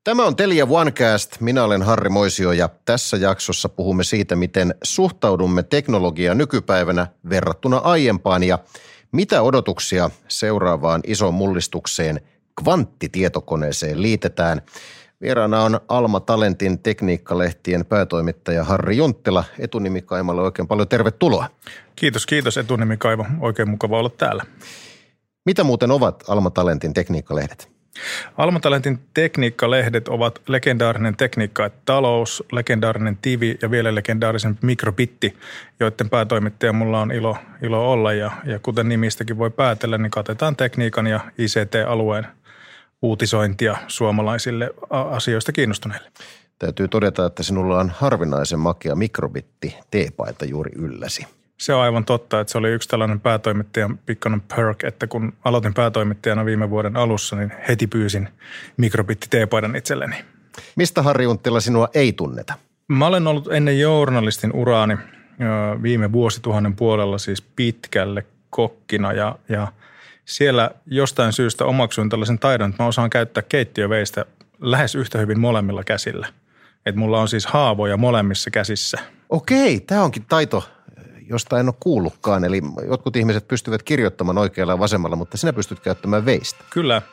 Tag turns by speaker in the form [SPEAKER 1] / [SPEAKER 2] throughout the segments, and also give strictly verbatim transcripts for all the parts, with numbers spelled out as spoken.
[SPEAKER 1] Tämä on Telia OneCast. Minä olen Harri Moisio ja tässä jaksossa puhumme siitä, miten suhtaudumme teknologiaan nykypäivänä verrattuna aiempaan ja mitä odotuksia seuraavaan isoon mullistukseen kvanttitietokoneeseen liitetään. Vieraana on Alma Talentin tekniikkalehtien päätoimittaja Harri Junttila. Etunimi Kaimalle oikein paljon tervetuloa.
[SPEAKER 2] Kiitos, kiitos etunimi Kaivo. Oikein mukava olla täällä.
[SPEAKER 1] Mitä muuten ovat Alma Talentin tekniikkalehdet?
[SPEAKER 2] Alma Talentin tekniikkalehdet ovat legendaarinen tekniikka ja talous, legendaarinen Tivi ja vielä legendaarisen Mikrobitti, joiden päätoimittaja mulla on ilo, ilo olla. Ja, ja kuten nimistäkin voi päätellä, niin katetaan tekniikan ja I C T-alueen uutisointia suomalaisille asioista kiinnostuneille.
[SPEAKER 1] Täytyy todeta, että sinulla on harvinaisen makea Mikrobitti teepaita juuri ylläsi.
[SPEAKER 2] Se on aivan totta, että se oli yksi tällainen päätoimittajan pikkainen perk, että kun aloitin päätoimittajana viime vuoden alussa, niin heti pyysin Mikrobitti teepaidan itselleni.
[SPEAKER 1] Mistä, Harri Junttila, sinua ei tunneta?
[SPEAKER 2] Mä olen ollut ennen journalistin uraani viime vuosituhannen puolella siis pitkälle kokkina ja, ja siellä jostain syystä omaksuin tällaisen taidon, että mä osaan käyttää keittiöveistä lähes yhtä hyvin molemmilla käsillä. Että mulla on siis haavoja molemmissa käsissä.
[SPEAKER 1] Okei, tämä onkin taito, josta en ole kuullutkaan. Eli jotkut ihmiset pystyvät kirjoittamaan oikealla ja vasemmalla, mutta sinä pystyt käyttämään veistä.
[SPEAKER 2] Kyllä.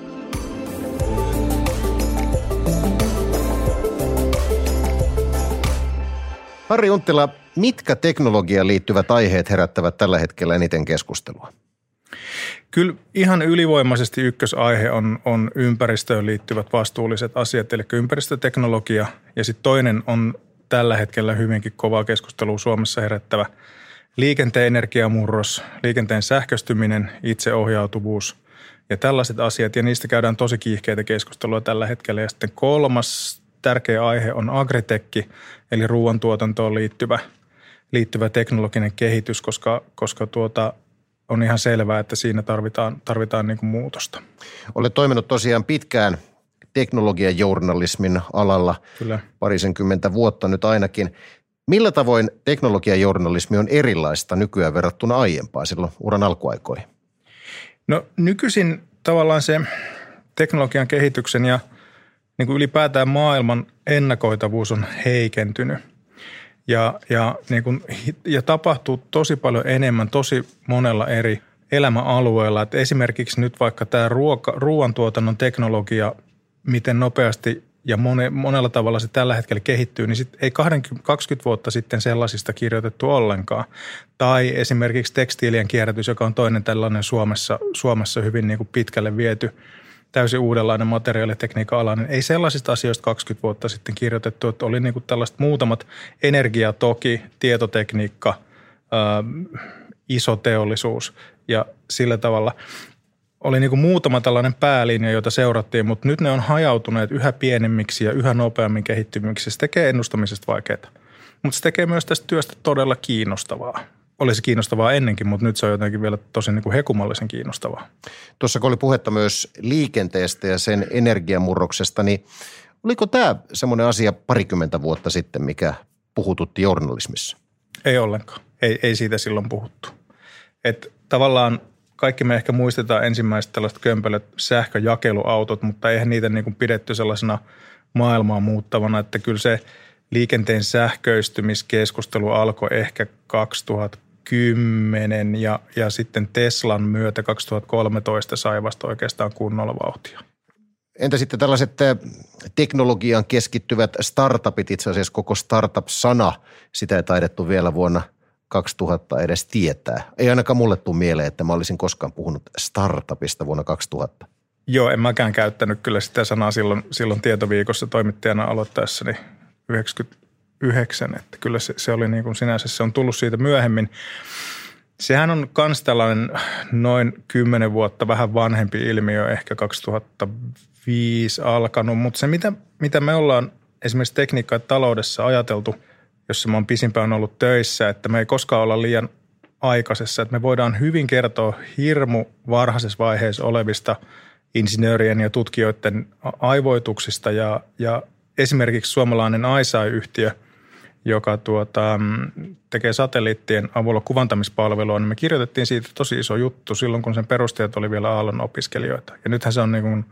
[SPEAKER 1] Harri Junttila, mitkä teknologiaan liittyvät aiheet herättävät tällä hetkellä eniten keskustelua?
[SPEAKER 2] Kyllä ihan ylivoimaisesti ykkösaihe on, on ympäristöön liittyvät vastuulliset asiat, eli ympäristöteknologia. Ja sitten toinen on tällä hetkellä hyvinkin kovaa keskustelua Suomessa herättävä liikenteen energiamurros, liikenteen sähköstyminen, itseohjautuvuus ja tällaiset asiat. Ja niistä käydään tosi kiihkeitä keskustelua tällä hetkellä. Ja sitten kolmas tärkeä aihe on agritekki, eli ruoantuotantoon liittyvä, liittyvä teknologinen kehitys, koska, koska tuota, on ihan selvää, että siinä tarvitaan, tarvitaan niin kuin muutosta.
[SPEAKER 1] Olet toiminut tosiaan pitkään teknologian journalismin alalla. Kyllä. Parisenkymmentä vuotta nyt ainakin. Millä tavoin teknologian journalismi on erilaista nykyään verrattuna aiempaan silloin uran alkuaikoihin?
[SPEAKER 2] No nykyisin tavallaan se teknologian kehityksen ja niin kuin ylipäätään maailman ennakoitavuus on heikentynyt. Ja, ja, niin kuin, ja tapahtuu tosi paljon enemmän tosi monella eri elämäalueella. Että esimerkiksi nyt vaikka tämä ruoka, ruoantuotannon teknologia, miten nopeasti ja mone, monella tavalla se tällä hetkellä kehittyy, niin sit ei kaksikymmentä vuotta sitten sellaisista kirjoitettu ollenkaan. Tai esimerkiksi tekstiilien kierrätys, joka on toinen tällainen Suomessa, Suomessa hyvin niin kuin pitkälle viety, täysin uudenlainen materiaalitekniikan alainen. Ei sellaisista asioista kaksikymmentä vuotta sitten kirjoitettu, että oli niin kuin tällaiset muutamat energia toki, tietotekniikka, ää, iso teollisuus ja sillä tavalla oli niin kuin muutama tällainen päälinja, jota seurattiin, mutta nyt ne on hajautuneet yhä pienemmiksi ja yhä nopeammin kehittymiksi. Se tekee ennustamisesta vaikeaa, mutta se tekee myös tästä työstä todella kiinnostavaa. Olisi kiinnostavaa ennenkin, mutta nyt se on jotenkin vielä tosi niin kuin hekumallisen kiinnostavaa.
[SPEAKER 1] Tuossa kun oli puhetta myös liikenteestä ja sen energiamurroksesta, niin oliko tämä semmoinen asia parikymmentä vuotta sitten, mikä puhututti journalismissa?
[SPEAKER 2] Ei ollenkaan. Ei, ei siitä silloin puhuttu. Että tavallaan kaikki me ehkä muistetaan ensimmäiset tällaiset kömpelöt sähköjakeluautot, mutta eihän niitä niin kuin pidetty sellaisena maailmaa muuttavana, että kyllä se liikenteen sähköistymiskeskustelu alkoi ehkä kaksituhattakymmenen ja, ja sitten Teslan myötä kaksituhattakolmetoista sai vasta oikeastaan kunnolla vauhtia.
[SPEAKER 1] Entä sitten tällaiset teknologiaan keskittyvät startupit, itse asiassa koko startup-sana, sitä ei taidettu vielä vuonna kaksituhatta edes tietää. Ei ainakaan mulle tule mieleen, että mä olisin koskaan puhunut startupista vuonna kaksituhatta.
[SPEAKER 2] Joo, en mäkään käyttänyt kyllä sitä sanaa silloin, silloin Tietoviikossa toimittajana aloittaessani yhdeksänkymmentäyhdeksän, että kyllä se, se oli niin kuin sinänsä, se on tullut siitä myöhemmin. Sehän on kans tällainen noin kymmenen vuotta vähän vanhempi ilmiö, ehkä kaksituhattaviisi alkanut, mutta se mitä, mitä me ollaan esimerkiksi tekniikka- ja taloudessa ajateltu, jossa mä oon pisimpään ollut töissä, että me ei koskaan olla liian aikaisessa, että me voidaan hyvin kertoa hirmu varhaisessa vaiheessa olevista insinöörien ja tutkijoiden aivoituksista ja, ja esimerkiksi suomalainen I S A-yhtiö, joka tuota, tekee satelliittien avulla kuvantamispalvelua, niin me kirjoitettiin siitä tosi iso juttu silloin, kun sen perustajat oli vielä Aallon opiskelijoita. Ja nythän se on niin kuin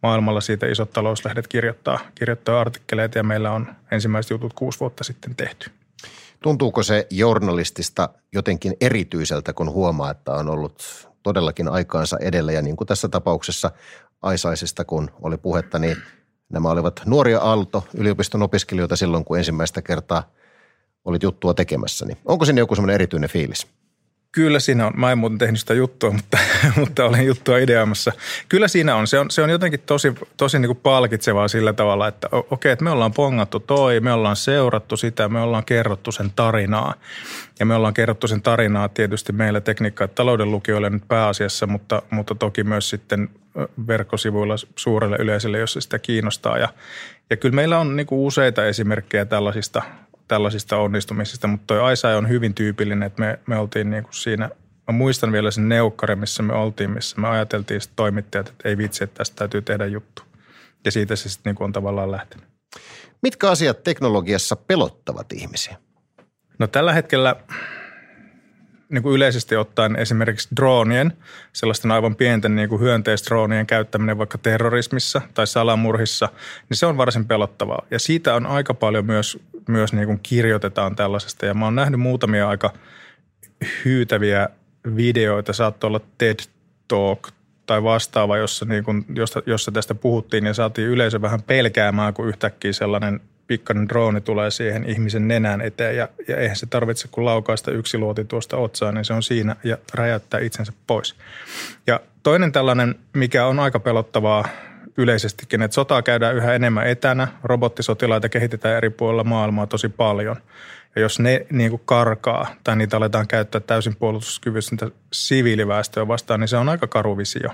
[SPEAKER 2] maailmalla siitä isot talouslehdet kirjoittaa, kirjoittaa artikkeleita ja meillä on ensimmäiset jutut kuusi vuotta sitten tehty.
[SPEAKER 1] Tuntuuko se journalistista jotenkin erityiseltä, kun huomaa, että on ollut todellakin aikaansa edellä ja niin kuin tässä tapauksessa Aisaisesta, kun oli puhetta, niin nämä olivat nuoria Aalto-yliopiston opiskelijoita silloin, kun ensimmäistä kertaa olit juttua tekemässä. Niin onko sinne joku semmoinen erityinen fiilis?
[SPEAKER 2] Kyllä siinä on. Mä en muuten tehnyt sitä juttua, mutta, mutta olen juttua ideoimassa. Kyllä siinä on. Se on, se on jotenkin tosi, tosi niin kuin palkitsevaa sillä tavalla, että okei, että me ollaan pongattu toi, me ollaan seurattu sitä, me ollaan kerrottu sen tarinaa. Ja me ollaan kerrottu sen tarinaa tietysti meillä tekniikka- ja talouden lukijoille nyt pääasiassa, mutta, mutta toki myös sitten verkkosivuilla suurelle yleisölle, jos se sitä kiinnostaa. Ja, ja kyllä meillä on niin kuin useita esimerkkejä tällaisista tällaisista onnistumisista, mutta toi Aisai on hyvin tyypillinen, että me, me oltiin niin kuin siinä, mä muistan vielä sen neukkari, missä me oltiin, missä me ajateltiin sitten toimittajat, että ei vitsi, että tästä täytyy tehdä juttu. Ja siitä se sitten niin kuin on tavallaan lähtenyt.
[SPEAKER 1] Mitkä asiat teknologiassa pelottavat ihmisiä?
[SPEAKER 2] No tällä hetkellä niin kuin yleisesti ottaen esimerkiksi droonien, sellaisten aivan pienten niin kuin hyönteisdroonien käyttäminen vaikka terrorismissa tai salamurhissa, niin se on varsin pelottavaa. Ja siitä on aika paljon myös, myös niin kuin kirjoitetaan tällaisesta. Ja mä oon nähnyt muutamia aika hyytäviä videoita, saattoi olla TED Talk tai vastaava, jossa, niin kuin, jossa, jossa tästä puhuttiin ja saatiin yleisö vähän pelkäämään, kun yhtäkkiä sellainen pikkainen drooni tulee siihen ihmisen nenän eteen ja, ja eihän se tarvitse kuin laukaista yksi luoti tuosta otsaan, niin se on siinä ja räjäyttää itsensä pois. Ja toinen tällainen, mikä on aika pelottavaa yleisestikin, että sotaa käydään yhä enemmän etänä, robottisotilaita kehitetään eri puolilla maailmaa tosi paljon. Ja jos ne niin kuin karkaa tai niitä aletaan käyttää täysin puolustuskyvyssä siviiliväestöä vastaan, niin se on aika karu visio.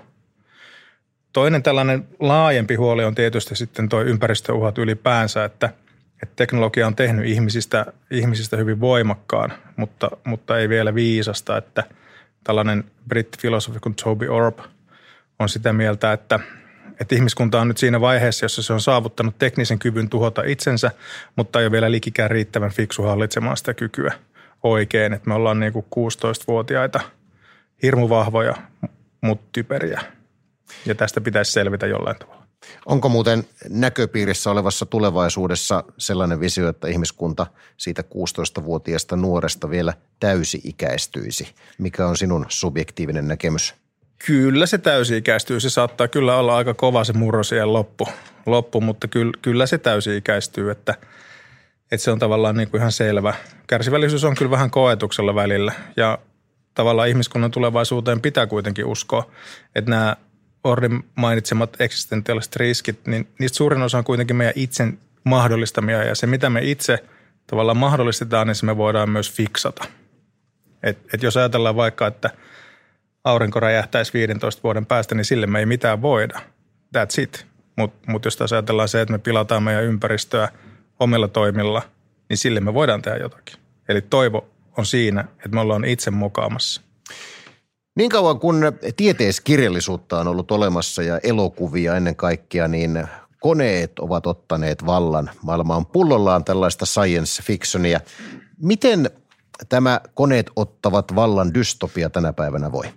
[SPEAKER 2] Toinen tällainen laajempi huoli on tietysti sitten tuo ympäristöuhat ylipäänsä, että, että teknologia on tehnyt ihmisistä, ihmisistä hyvin voimakkaan, mutta, mutta ei vielä viisasta, että tällainen brittifilosofi kuin Toby Orb on sitä mieltä, että, että ihmiskunta on nyt siinä vaiheessa, jossa se on saavuttanut teknisen kyvyn tuhota itsensä, mutta ei ole vielä likikään riittävän fiksu hallitsemaan sitä kykyä oikein, että me ollaan niin kuin kuusitoistavuotiaita, hirmuvahvoja, mutta typeriä. Ja tästä pitäisi selvitä jollain tavalla.
[SPEAKER 1] Onko muuten näköpiirissä olevassa tulevaisuudessa sellainen visio, että ihmiskunta siitä kuusitoistavuotiaasta nuoresta vielä täysi-ikäistyisi? Mikä on sinun subjektiivinen näkemys?
[SPEAKER 2] Kyllä se täysi-ikäistyy. Se saattaa kyllä olla aika kova se murrosien loppu, loppu mutta kyllä, kyllä se täysi-ikäistyy, että, että se on tavallaan niin kuin ihan selvä. Kärsivällisyys on kyllä vähän koetuksella välillä ja tavallaan ihmiskunnan tulevaisuuteen pitää kuitenkin uskoa, että nämä Ordin mainitsemat eksistentiaaliset riskit, niin niistä suurin osa on kuitenkin meidän itse mahdollistamia ja se, mitä me itse tavallaan mahdollistetaan, niin se me voidaan myös fiksata. Et, et jos ajatellaan vaikka, että aurinko räjähtäisi viidentoista vuoden päästä, niin sille me ei mitään voida. That's it. Mutta mut jos taas ajatellaan se, että me pilataan meidän ympäristöä omilla toimilla, niin sille me voidaan tehdä jotakin. Eli toivo on siinä, että me ollaan itse mokaamassa.
[SPEAKER 1] Niin kauan kun tieteiskirjallisuutta on ollut olemassa ja elokuvia ennen kaikkea, niin koneet ovat ottaneet vallan. Maailma on pullollaan tällaista science fictionia. Miten tämä koneet ottavat vallan dystopia tänä päivänä voi?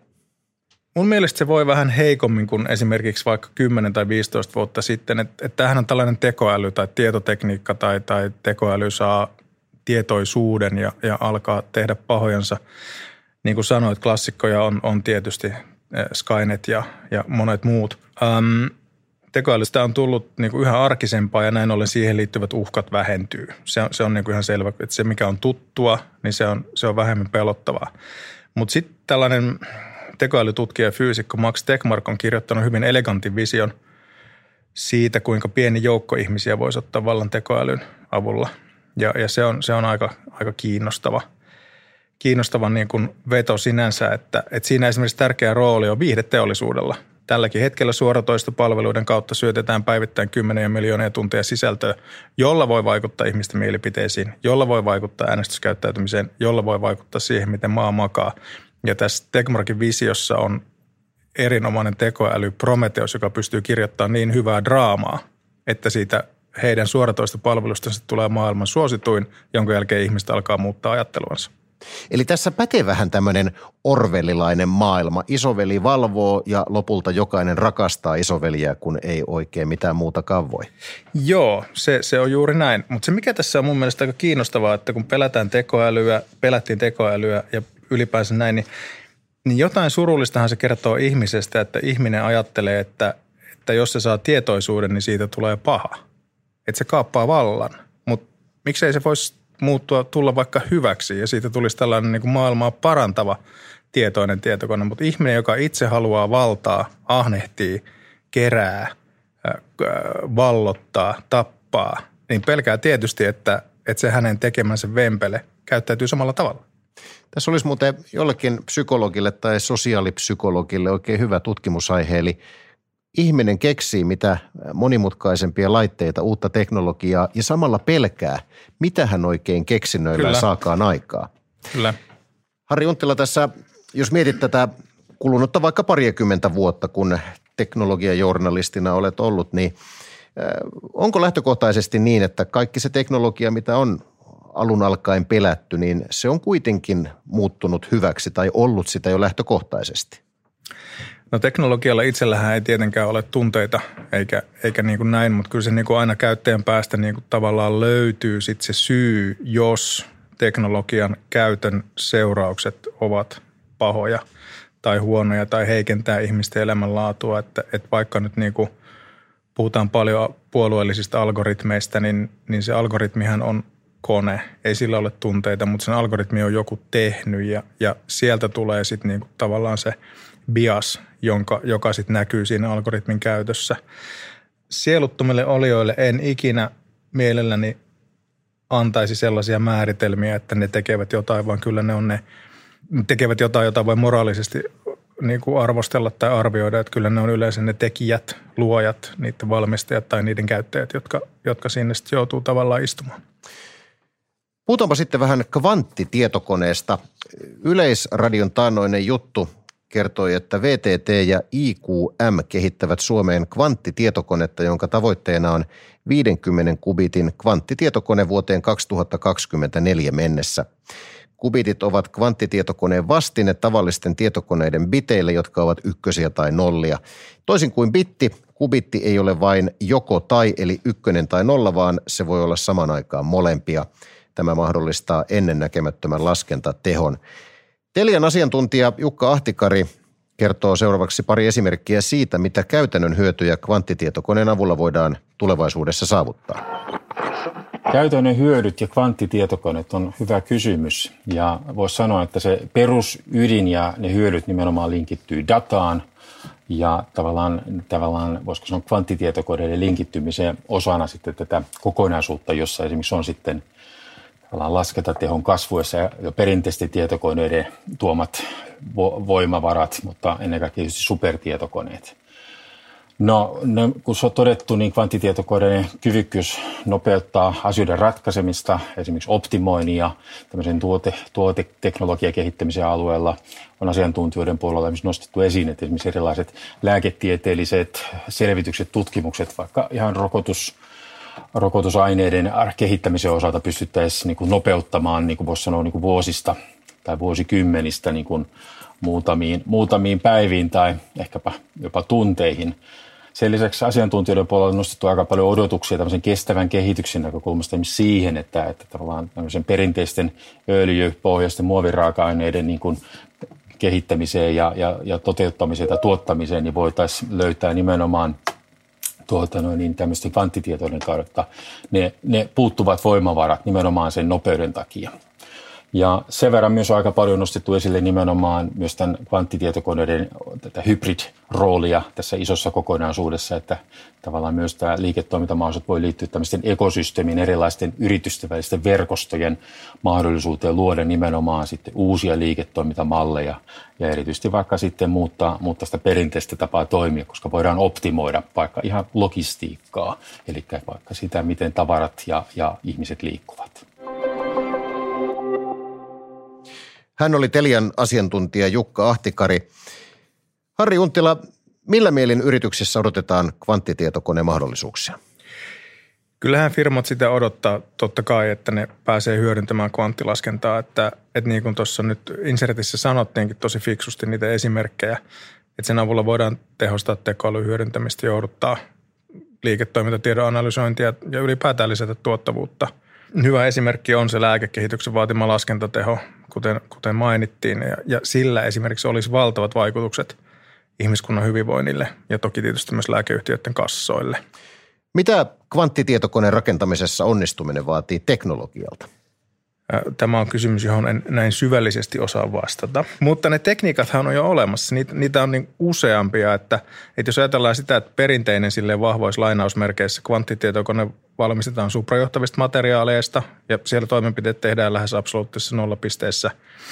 [SPEAKER 2] Mun mielestä se voi vähän heikommin kuin esimerkiksi vaikka kymmenen tai viisitoista vuotta sitten. Että et tämähän on tällainen tekoäly tai tietotekniikka tai, tai tekoäly saa tietoisuuden ja, ja alkaa tehdä pahojansa. Niin kuin sanoit, klassikkoja on, on tietysti Skynet ja, ja monet muut. Ähm, tekoälystä on tullut niin kuin yhä arkisempaa ja näin ollen siihen liittyvät uhkat vähentyy. Se on, se on niin kuin ihan selvä, että se mikä on tuttua, niin se on, se on vähemmän pelottavaa. Mutta sitten tällainen tekoälytutkija ja fyysikko Max Tegmark on kirjoittanut hyvin elegantin vision siitä, kuinka pieni joukko ihmisiä voisi ottaa vallan tekoälyn avulla. Ja, ja se on, se on aika, aika kiinnostava. Kiinnostava niin kuin veto sinänsä, että, että siinä esimerkiksi tärkeä rooli on viihdeteollisuudella. Tälläkin hetkellä suoratoistopalveluiden kautta syötetään päivittäin kymmeniä miljoonia tunteja sisältöä, jolla voi vaikuttaa ihmisten mielipiteisiin, jolla voi vaikuttaa äänestyskäyttäytymiseen, jolla voi vaikuttaa siihen, miten maa makaa. Ja tässä Tegmarkin visiossa on erinomainen tekoäly Prometheus, joka pystyy kirjoittamaan niin hyvää draamaa, että siitä heidän suoratoistopalvelustansa tulee maailman suosituin, jonka jälkeen ihmiset alkaa muuttaa ajatteluansa.
[SPEAKER 1] Eli tässä pätee vähän tämmöinen orwellilainen maailma. Isoveli valvoo ja lopulta jokainen rakastaa isoveliä, kun ei oikein mitään muutakaan voi.
[SPEAKER 2] Joo, se, se on juuri näin. Mutta se mikä tässä on mun mielestä aika kiinnostavaa, että kun pelätään tekoälyä, pelättiin tekoälyä ja ylipäänsä näin, niin, niin jotain surullistahan se kertoo ihmisestä, että ihminen ajattelee, että, että jos se saa tietoisuuden, niin siitä tulee paha. Että se kaappaa vallan, mutta miksei se voisi muuttua, tulla vaikka hyväksi ja siitä tulisi tällainen niin kuin maailmaa parantava tietoinen tietokone. Mutta ihminen, joka itse haluaa valtaa, ahnehtii, kerää, vallottaa, tappaa, niin pelkää tietysti, että, että se hänen tekemänsä vempele käyttäytyy samalla tavalla.
[SPEAKER 1] Tässä olisi muuten jollekin psykologille tai sosiaalipsykologille oikein hyvä tutkimusaihe, eli ihminen keksii mitä monimutkaisempia laitteita, uutta teknologiaa ja samalla pelkää, mitä hän oikein keksinnöillä Kyllä. saakaan aikaa.
[SPEAKER 2] Kyllä.
[SPEAKER 1] Harri Junttila tässä, jos mietit tätä kulunutta vaikka parikymmentä vuotta, kun teknologiajournalistina olet ollut, niin onko lähtökohtaisesti niin, että kaikki se teknologia, mitä on alun alkaen pelätty, niin se on kuitenkin muuttunut hyväksi tai ollut sitä jo lähtökohtaisesti?
[SPEAKER 2] No teknologialla itsellähän ei tietenkään ole tunteita eikä, eikä niin kuin näin, mutta kyllä se niin kuin aina käyttäjän päästä niin kuin tavallaan löytyy sit se syy, jos teknologian käytön seuraukset ovat pahoja tai huonoja tai heikentää ihmisten elämänlaatua. Että, että vaikka nyt niin kuin puhutaan paljon puolueellisista algoritmeista, niin, niin se algoritmihan on kone. Ei sillä ole tunteita, mutta sen algoritmi on joku tehnyt ja, ja sieltä tulee sitten niin kuin tavallaan se bias, jonka, joka sitten näkyy siinä algoritmin käytössä. Sieluttomille olioille en ikinä mielelläni antaisi sellaisia määritelmiä, että ne tekevät jotain, vaan kyllä ne on ne, tekevät jotain, jota voi moraalisesti niin kuin arvostella tai arvioida, että kyllä ne on yleensä ne tekijät, luojat, niiden valmistajat tai niiden käyttäjät, jotka, jotka sinne sitten joutuu tavallaan istumaan.
[SPEAKER 1] Puhutaanpa sitten vähän kvanttitietokoneesta. Yleisradion taannoinen juttu kertoi, että V T T ja I Q M kehittävät Suomeen kvanttitietokonetta, jonka tavoitteena on viidenkymmenen kubitin kvanttitietokone vuoteen kaksituhattakaksikymmentäneljä mennessä. Kubitit ovat kvanttitietokoneen vastine tavallisten tietokoneiden biteille, jotka ovat ykkösiä tai nollia. Toisin kuin bitti, kubitti ei ole vain joko tai eli ykkönen tai nolla, vaan se voi olla saman aikaan molempia. Tämä mahdollistaa ennennäkemättömän laskentatehon. Telian asiantuntija Jukka Ahtikari kertoo seuraavaksi pari esimerkkiä siitä, mitä käytännön hyötyjä kvanttitietokoneen avulla voidaan tulevaisuudessa saavuttaa.
[SPEAKER 3] Käytännön hyödyt ja kvanttitietokoneet on hyvä kysymys ja voisi sanoa, että se perusydin ja ne hyödyt nimenomaan linkittyy dataan ja tavallaan, tavallaan voisiko sanoa kvanttitietokoneiden linkittymiseen osana sitten tätä kokonaisuutta, jossa esimerkiksi on sitten laskentatehon kasvuessa ja perinteisesti tietokoneiden tuomat vo- voimavarat, mutta ennen kaikkea tietysti supertietokoneet. No, no kun se on todettu, niin kvanttitietokoneiden kyvykkyys nopeuttaa asioiden ratkaisemista, esimerkiksi optimoinnin ja tämmöisen tuote, tuoteteknologian kehittämisen alueella on asiantuntijoiden puolella esimerkiksi nostettu esiin, että esimerkiksi erilaiset lääketieteelliset selvitykset, tutkimukset, vaikka ihan rokotus, rokotusaineiden kehittämisen osalta pystyttäisiin niin kuin nopeuttamaan, niin kuin voisi sanoa, niin kuin vuosista tai vuosikymmenistä niin kuin muutamiin, muutamiin päiviin tai ehkäpä jopa tunteihin. Sen lisäksi asiantuntijoiden puolella on nostettu aika paljon odotuksia tämmöisen kestävän kehityksen näkökulmasta siihen, että, että tavallaan tämmöisen perinteisten öljypohjaisten muoviraaka-aineiden niin kuin kehittämiseen ja, ja, ja toteuttamiseen tai tuottamiseen niin voitaisiin löytää nimenomaan tuota, no niin, tämmöisten kvanttitietoiden kautta ne, ne puuttuvat voimavarat nimenomaan sen nopeuden takia. Ja sen verran myös on aika paljon nostettu esille nimenomaan myös tämän kvanttitietokoneiden tätä hybrid-roolia tässä isossa kokonaisuudessa, että tavallaan myös tämä liiketoimintamahdollisuus voi liittyä tämmöisten ekosysteemin erilaisten yritysten välisten verkostojen mahdollisuuteen luoda nimenomaan sitten uusia liiketoimintamalleja ja erityisesti vaikka sitten muuttaa, muuttaa sitä perinteistä tapaa toimia, koska voidaan optimoida vaikka ihan logistiikkaa, eli vaikka sitä, miten tavarat ja, ja ihmiset liikkuvat.
[SPEAKER 1] Hän oli Telian asiantuntija Jukka Ahtikari. Harri Junttila, millä mielin yrityksissä odotetaan kvanttitietokoneen mahdollisuuksia?
[SPEAKER 2] Kyllähän firmat sitä odottaa totta kai, että ne pääsee hyödyntämään kvanttilaskentaa, että, että niin kuin tuossa nyt insertissä sanottiinkin tosi fiksusti niitä esimerkkejä, että sen avulla voidaan tehostaa tekoälyn hyödyntämistä, jouduttaa liiketoimintatiedon analysointia ja ylipäätään lisätä tuottavuutta. Hyvä esimerkki on se lääkekehityksen vaatima laskentateho, kuten, kuten mainittiin, ja, ja sillä esimerkiksi olisi valtavat vaikutukset ihmiskunnan hyvinvoinnille ja toki tietysti myös lääkeyhtiöiden kassoille.
[SPEAKER 1] Mitä kvanttitietokoneen rakentamisessa onnistuminen vaatii teknologialta?
[SPEAKER 2] Tämä on kysymys, johon en näin syvällisesti osaa vastata. Mutta ne tekniikathan on jo olemassa. Niitä, niitä on niin useampia, että, että jos ajatellaan sitä, että perinteinen silleen vahvoissa lainausmerkeissä kvanttitietokone valmistetaan suprajohtavista materiaaleista ja siellä toimenpiteet tehdään lähes absoluuttisessa nollapisteessä.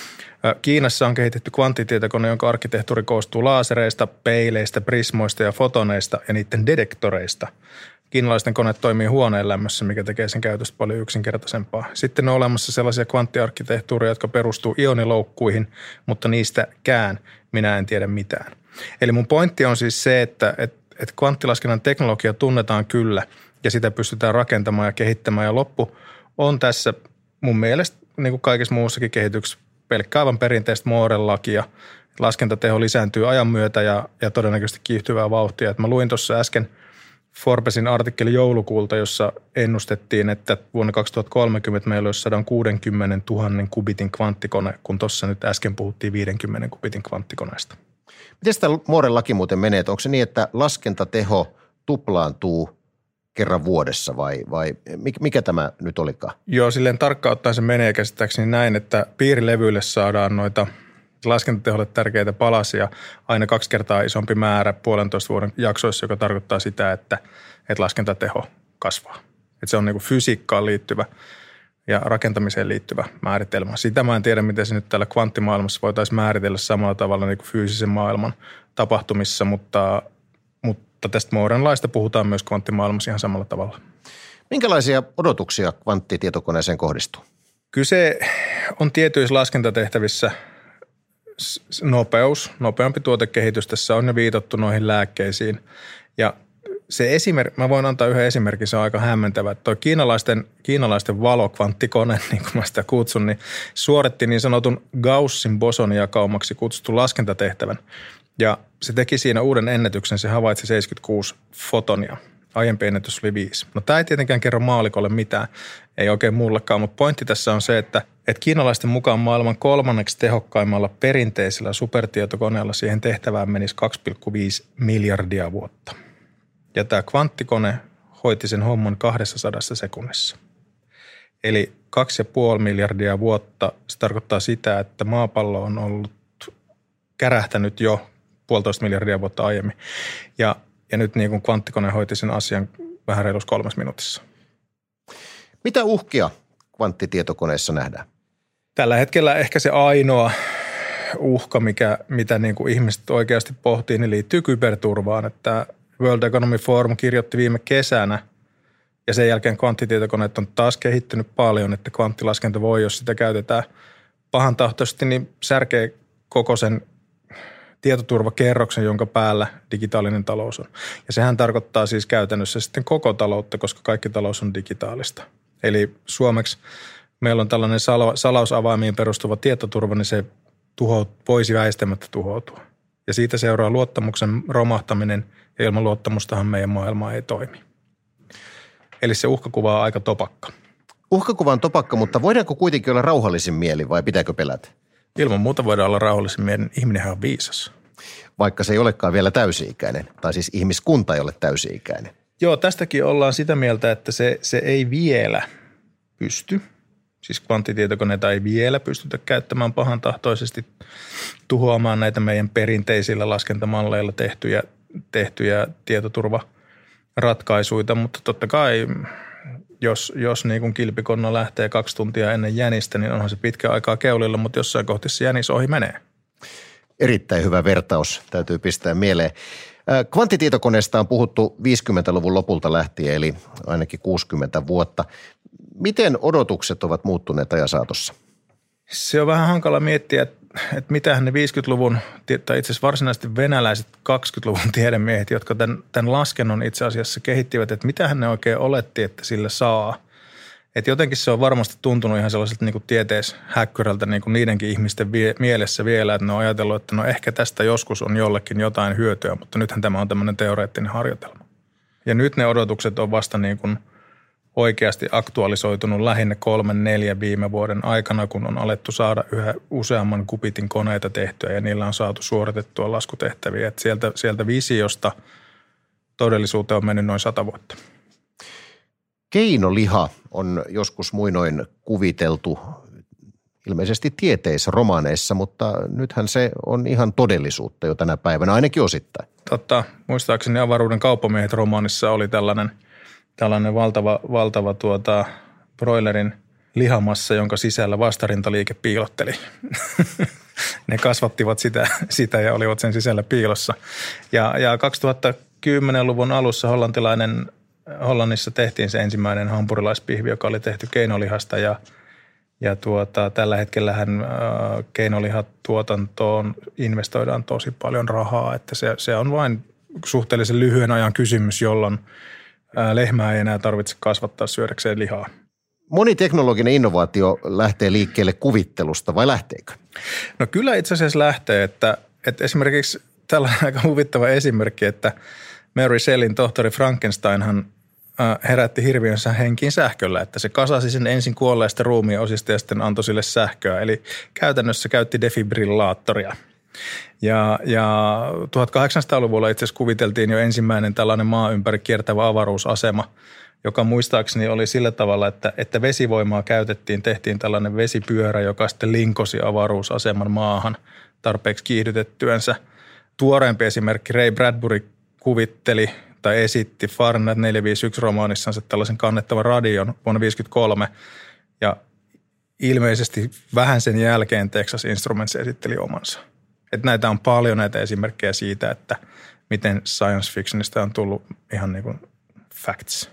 [SPEAKER 2] Kiinassa on kehitetty kvanttitietokone, jonka arkkitehtuuri koostuu laasereista, peileistä, prismoista ja fotoneista ja niiden detektoreista. Kiinalaisten koneet toimii huoneen lämmössä, mikä tekee sen käytöstä paljon yksinkertaisempaa. Sitten on olemassa sellaisia kvanttiarkkitehtuureja, jotka perustuu ioniloukkuihin, mutta niistäkään minä en tiedä mitään. Eli mun pointti on siis se, että, että, että kvanttilaskennan teknologia tunnetaan kyllä ja sitä pystytään rakentamaan ja kehittämään. Ja loppu on tässä mun mielestä, niin kuin kaikessa muussakin kehityksessä, pelkkä aivan perinteistä Mooren lakia. Laskentateho lisääntyy ajan myötä ja, ja todennäköisesti kiihtyvää vauhtia. Että mä luin tuossa äsken Forbesin artikkeli joulukuulta, jossa ennustettiin, että vuonna kaksituhattakolmekymmentä meillä olisi sata kuusikymmentätuhatta kubitin kvanttikone, kun tuossa nyt äsken puhuttiin viidenkymmenen kubitin kvanttikoneesta.
[SPEAKER 1] Miten sitä Mooren laki muuten menee? Onko se niin, että laskentateho tuplaantuu kerran vuodessa vai, vai mikä tämä nyt olikaan?
[SPEAKER 2] Joo, silleen tarkkaan ottaen se menee käsittääkseni näin, että piirilevyille saadaan noita laskentateholle tärkeitä palasia aina kaksi kertaa isompi määrä puolentoista vuoden jaksoissa, joka tarkoittaa sitä, että, että laskentateho kasvaa. Että se on niin kuin fysiikkaan liittyvä ja rakentamiseen liittyvä määritelmä. Sitä mä en tiedä, miten se nyt täällä kvanttimaailmassa voitaisiin määritellä samalla tavalla niin kuin fyysisen maailman tapahtumissa, mutta, mutta tästä Mooren laista puhutaan myös kvanttimaailmassa ihan samalla tavalla.
[SPEAKER 1] Minkälaisia odotuksia kvanttitietokoneeseen kohdistuu?
[SPEAKER 2] Kyse on tietyissä laskentatehtävissä nopeus, nopeampi tuotekehitys. Tässä on jo viitattu noihin lääkkeisiin. Ja se esimerkki, mä voin antaa yhden esimerkin, se on aika hämmentävä. Tuo kiinalaisten, kiinalaisten valokvanttikone, niin kuin mä sitä kutsun, niin suoritti niin sanotun Gaussin bosonijakaumaksi kutsuttu laskentatehtävän. Ja se teki siinä uuden ennätyksen, se havaitsi seitsemänkymmentäkuusi fotonia. Aiempi ennätys oli viisi. No tämä ei tietenkään kerro maalikolle mitään, ei oikein mullekaan, mutta pointti tässä on se, että, että kiinalaisten mukaan maailman kolmanneksi tehokkaimmalla perinteisellä supertietokoneella siihen tehtävään menisi kaksi pilkku viisi miljardia vuotta. Ja tämä kvanttikone hoiti sen homman kaksisataa sekunnissa. Eli kaksi pilkku viisi miljardia vuotta, se tarkoittaa sitä, että maapallo on ollut kärähtänyt jo puolitoista miljardia vuotta aiemmin. Ja Ja nyt niin kuin kvanttikone hoiti sen asian vähän reilussa kolmessa minuutissa.
[SPEAKER 1] Mitä uhkia kvanttitietokoneessa nähdään?
[SPEAKER 2] Tällä hetkellä ehkä se ainoa uhka, mikä, mitä niin kuin ihmiset oikeasti pohtii, niin liittyy kyberturvaan. Että World Economic Forum kirjoitti viime kesänä ja sen jälkeen kvanttitietokoneet on taas kehittynyt paljon, että kvanttilaskenta voi, jos sitä käytetään pahantahtoisesti, niin särkee koko sen tietoturvakerroksen, jonka päällä digitaalinen talous on. Ja sehän tarkoittaa siis käytännössä sitten koko taloutta, koska kaikki talous on digitaalista. Eli suomeksi meillä on tällainen salausavaimiin perustuva tietoturva, niin se tuho, voisi väistämättä tuhoutua. Ja siitä seuraa luottamuksen romahtaminen, ja ilman luottamustahan meidän maailma ei toimi. Eli se uhkakuva on aika topakka.
[SPEAKER 1] Uhkakuva on topakka, mutta voidaanko kuitenkin olla rauhallisin mieli vai pitääkö pelätä?
[SPEAKER 2] Ilman muuta voidaan olla rauhallisin mielin. Ihminenhän on viisas.
[SPEAKER 1] Vaikka se ei olekaan vielä täysi-ikäinen, tai siis ihmiskunta ei ole täysi-ikäinen.
[SPEAKER 2] Joo, tästäkin ollaan sitä mieltä, että se, se ei vielä pysty. Siis kvanttitietokoneita ei vielä pystytä käyttämään pahantahtoisesti tuhoamaan näitä meidän perinteisillä laskentamalleilla tehtyjä, tehtyjä tietoturvaratkaisuja, mutta totta kai jos, jos niin kuin kilpikonna lähtee kaksi tuntia ennen jänistä, niin onhan se pitkä aikaa keulilla, mutta jossain kohti se jänis ohi menee.
[SPEAKER 1] Erittäin hyvä vertaus, täytyy pistää mieleen. Kvanttitietokoneesta on puhuttu viisikymmentäluvun lopulta lähtien, eli ainakin kuusikymmentä vuotta. Miten odotukset ovat muuttuneet ajan saatossa?
[SPEAKER 2] Se on vähän hankala miettiä että mitähän ne viisikymmentäluvun, tai itse asiassa varsinaisesti venäläiset kaksikymmentäluvun tiedemiehet, jotka tämän, tämän laskennon itse asiassa kehittivät, että mitähän ne oikein oletti, että sillä saa. Että jotenkin se on varmasti tuntunut ihan sellaiselta niin kuin tieteishäkkyrältä niin kuin niidenkin ihmisten vie, mielessä vielä, että ne on ajatellut, että no ehkä tästä joskus on jollekin jotain hyötyä, mutta nythän tämä on tämmöinen teoreettinen harjoitelma. Ja nyt ne odotukset on vasta niin kuin oikeasti aktualisoitunut lähinnä kolmen, neljä viime vuoden aikana, kun on alettu saada yhä useamman kubitin koneita tehtyä ja niillä on saatu suoritettua laskutehtäviä. Että sieltä, sieltä visiosta todellisuuteen on mennyt noin sata vuotta.
[SPEAKER 1] Keinoliha on joskus muinoin kuviteltu ilmeisesti tieteisromaaneissa, mutta nythän se on ihan todellisuutta jo tänä päivänä, ainakin osittain.
[SPEAKER 2] Totta. Muistaakseni Avaruuden kauppamiehet romaanissa oli tällainen, tällainen valtava, valtava tuota, broilerin lihamassa, jonka sisällä vastarintaliike piilotteli. Ne kasvattivat sitä, sitä ja olivat sen sisällä piilossa. Ja, ja kaksituhattakymmenluvun alussa hollantilainen Hollannissa tehtiin se ensimmäinen hampurilaispihvi, joka oli tehty keinolihasta ja, ja tuota, tällä hetkellähän äh, keinolihatuotantoon investoidaan tosi paljon rahaa, että se, se on vain suhteellisen lyhyen ajan kysymys, jolloin äh, lehmää ei enää tarvitse kasvattaa syödäkseen lihaa.
[SPEAKER 1] Moni teknologinen innovaatio lähtee liikkeelle kuvittelusta vai lähteekö?
[SPEAKER 2] No kyllä itse asiassa lähtee, että, että esimerkiksi tällainen aika huvittava esimerkki, että Mary Shelleyn tohtori Frankensteinhan herätti hirviönsä henkiin sähköllä, että se kasasi sen ensin kuolleista ruumiin osista ja sitten antoi sille sähköä. Eli käytännössä käytti defibrillaattoria. Ja, ja tuhatkahdeksansataaluvulla itse asiassa kuviteltiin jo ensimmäinen tällainen maa ympäri kiertävä avaruusasema, joka muistaakseni oli sillä tavalla, että, että vesivoimaa käytettiin, tehtiin tällainen vesipyörä, joka sitten linkosi avaruusaseman maahan tarpeeksi kiihdytettyänsä. Tuoreempi esimerkki Ray Bradbury kuvitteli tai esitti Fahrenheit neljäsataaviisikymmentäyksi romaanissansa tällaisen kannettavan radion vuonna viisikymmentäkolme ja ilmeisesti vähän sen jälkeen Texas Instruments esitteli omansa. Että näitä on paljon näitä esimerkkejä siitä, että miten science fictionista on tullut ihan niin kuin facts.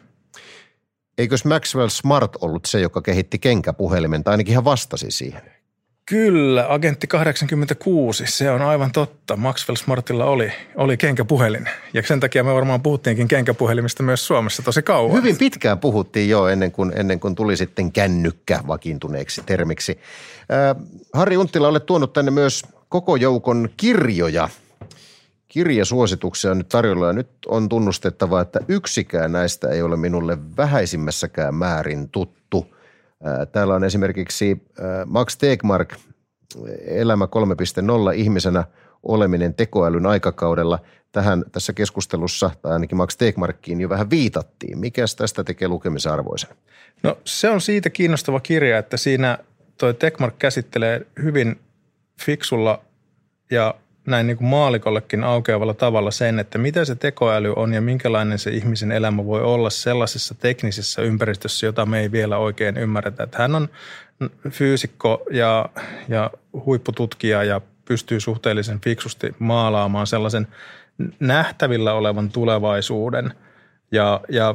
[SPEAKER 1] Eikös Maxwell Smart ollut se, joka kehitti kenkäpuhelimen, tai ainakin hän vastasi siihen?
[SPEAKER 2] Kyllä, Agentti kahdeksankymmentäkuusi, se on aivan totta. Maxwell Smartilla oli, oli kenkäpuhelin ja sen takia me varmaan puhuttiinkin kenkäpuhelimista myös Suomessa tosi kauan.
[SPEAKER 1] Hyvin pitkään puhuttiin jo ennen kuin, ennen kuin tuli sitten kännykkä vakiintuneeksi termiksi. Äh, Harri Unttila, olet tuonut tänne myös koko joukon kirjoja. Kirjasuosituksia on nyt tarjolla ja nyt on tunnustettava, että yksikään näistä ei ole minulle vähäisimmässäkään määrin tuttu. Täällä on esimerkiksi Max Tegmark, Elämä kolme piste nolla, ihmisenä oleminen tekoälyn aikakaudella. Tähän tässä keskustelussa, tai ainakin Max Tegmarkiin jo vähän viitattiin. Mikäs tästä tekee lukemisarvoisen?
[SPEAKER 2] No se on siitä kiinnostava kirja, että siinä toi Tegmark käsittelee hyvin fiksulla ja näin niin kuin maalikollekin aukeavalla tavalla sen, että mitä se tekoäly on ja minkälainen se ihmisen elämä voi olla sellaisessa teknisessä ympäristössä, jota me ei vielä oikein ymmärretä. Että hän on fyysikko ja, ja huippututkija ja pystyy suhteellisen fiksusti maalaamaan sellaisen nähtävillä olevan tulevaisuuden ja, ja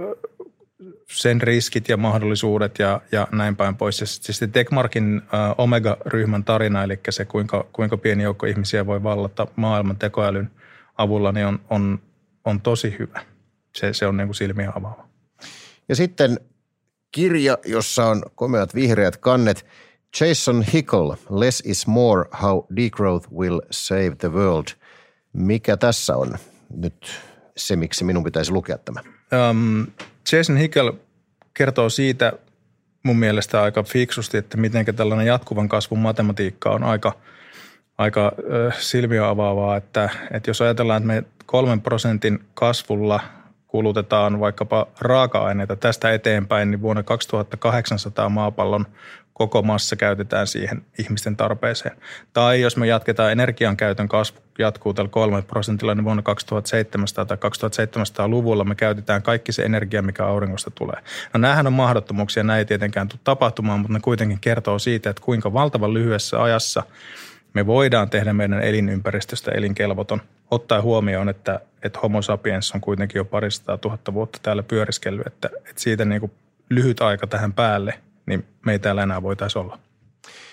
[SPEAKER 2] sen riskit ja mahdollisuudet ja, ja näin päin pois. Ja sitten Tegmarkin ä, Omega-ryhmän tarina, eli se kuinka, kuinka pieni joukko ihmisiä voi vallata maailman tekoälyn avulla, niin on, on, on tosi hyvä. Se, se on niin kuin silmiä avaava.
[SPEAKER 1] Ja sitten kirja, jossa on komeat vihreät kannet. Jason Hickel, Less is More, How Degrowth Will Save the World. Mikä tässä on nyt se, miksi minun pitäisi lukea tämä?
[SPEAKER 2] Um, Jason Hickel kertoo siitä mun mielestä aika fiksusti, että miten tällainen jatkuvan kasvun matematiikka on aika, aika äh, silmiä avaavaa, että, että jos ajatellaan, että me kolmen prosentin kasvulla kulutetaan vaikkapa raaka-aineita tästä eteenpäin, niin vuonna kaksituhattakahdeksansataa maapallon koko massa käytetään siihen ihmisten tarpeeseen. Tai jos me jatketaan energian käytön kasvu jatkuu tällä kolme prosentilla, niin vuonna kaksituhattaseitsemänsataa tai kaksituhattaseitsemänsataa-luvulla me käytetään kaikki se energia, mikä auringosta tulee. No näähän on mahdottomuuksia, nämä ei tietenkään tule tapahtumaan, mutta ne kuitenkin kertoo siitä, että kuinka valtavan lyhyessä ajassa me voidaan tehdä meidän elinympäristöstä elinkelvoton, ottaen huomioon, että, että homo sapiens on kuitenkin jo parisataa tuhatta vuotta täällä pyöriskellyt, että, että siitä niin kuin lyhyt aika tähän päälle, niin me ei täällä enää voitaisiin olla.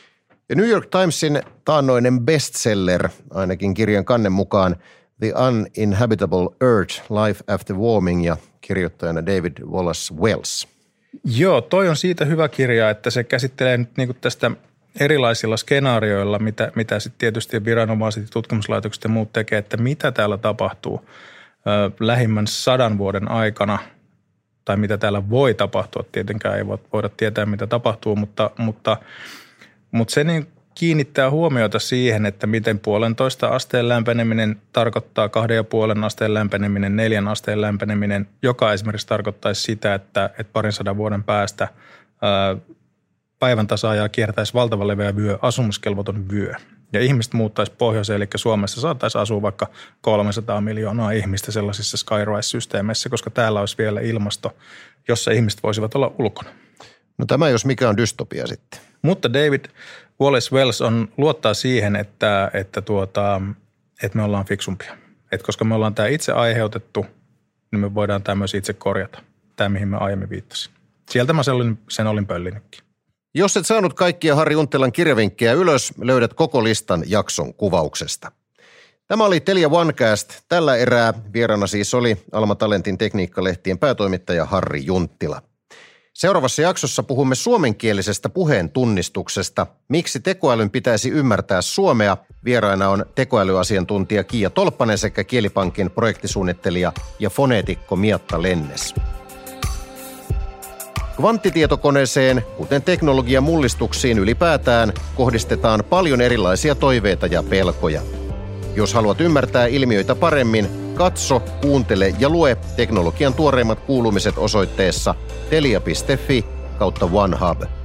[SPEAKER 1] Ja New York Timesin taannoinen bestseller, ainakin kirjan kannen mukaan, The Uninhabitable Earth, Life After Warming ja kirjoittajana David Wallace Wells.
[SPEAKER 2] Joo, toi on siitä hyvä kirja, että se käsittelee nyt niin kuin tästä erilaisilla skenaarioilla, mitä, mitä sitten tietysti viranomaiset, tutkimuslaitokset ja muut tekee, että mitä täällä tapahtuu ö, lähimmän sadan vuoden aikana, tai mitä täällä voi tapahtua. Tietenkään ei voida tietää, mitä tapahtuu, mutta, mutta, mutta se niin kiinnittää huomiota siihen, että miten puolentoista asteen lämpeneminen tarkoittaa kahden ja puolen asteen lämpeneminen, neljän asteen lämpeneminen, joka esimerkiksi tarkoittaisi sitä, että, että parin sadan vuoden päästä ää, päivän tasaajaa kiertäisi valtavan leveä vyö, asumiskelvoton vyö. Ja ihmiset muuttaisi pohjoiseen, eli Suomessa saattaisi asua vaikka kolmesataa miljoonaa ihmistä sellaisissa skyrise-systeemeissä, koska täällä olisi vielä ilmasto, jossa ihmiset voisivat olla ulkona.
[SPEAKER 1] No tämä jos mikä on dystopia sitten.
[SPEAKER 2] Mutta David Wallace Wells on luottaa siihen, että, että, tuota, että me ollaan fiksumpia. Et koska me ollaan tämä itse aiheutettu, niin me voidaan tämä myös itse korjata. Tämä, mihin me aiemmin viittasin. Sieltä mä sen olin, sen olin pöllinytkin.
[SPEAKER 1] Jos et saanut kaikkia Harri Unttilan kirjavinkkejä ylös, löydät koko listan jakson kuvauksesta. Tämä oli Telia OneCast. Tällä erää vieraana siis oli Alma Talentin tekniikkalehtien päätoimittaja Harri Junttila. Seuraavassa jaksossa puhumme suomenkielisestä puheen tunnistuksesta. Miksi tekoälyn pitäisi ymmärtää suomea? Vieraina on tekoälyasiantuntija Kiia Tolppanen sekä Kielipankin projektisuunnittelija ja foneetikko Miatta Lennes. Kvanttitietokoneeseen, kuten teknologian mullistuksiin ylipäätään, kohdistetaan paljon erilaisia toiveita ja pelkoja. Jos haluat ymmärtää ilmiöitä paremmin, katso, kuuntele ja lue teknologian tuoreimmat kuulumiset osoitteessa telia piste fi kautta OneHub.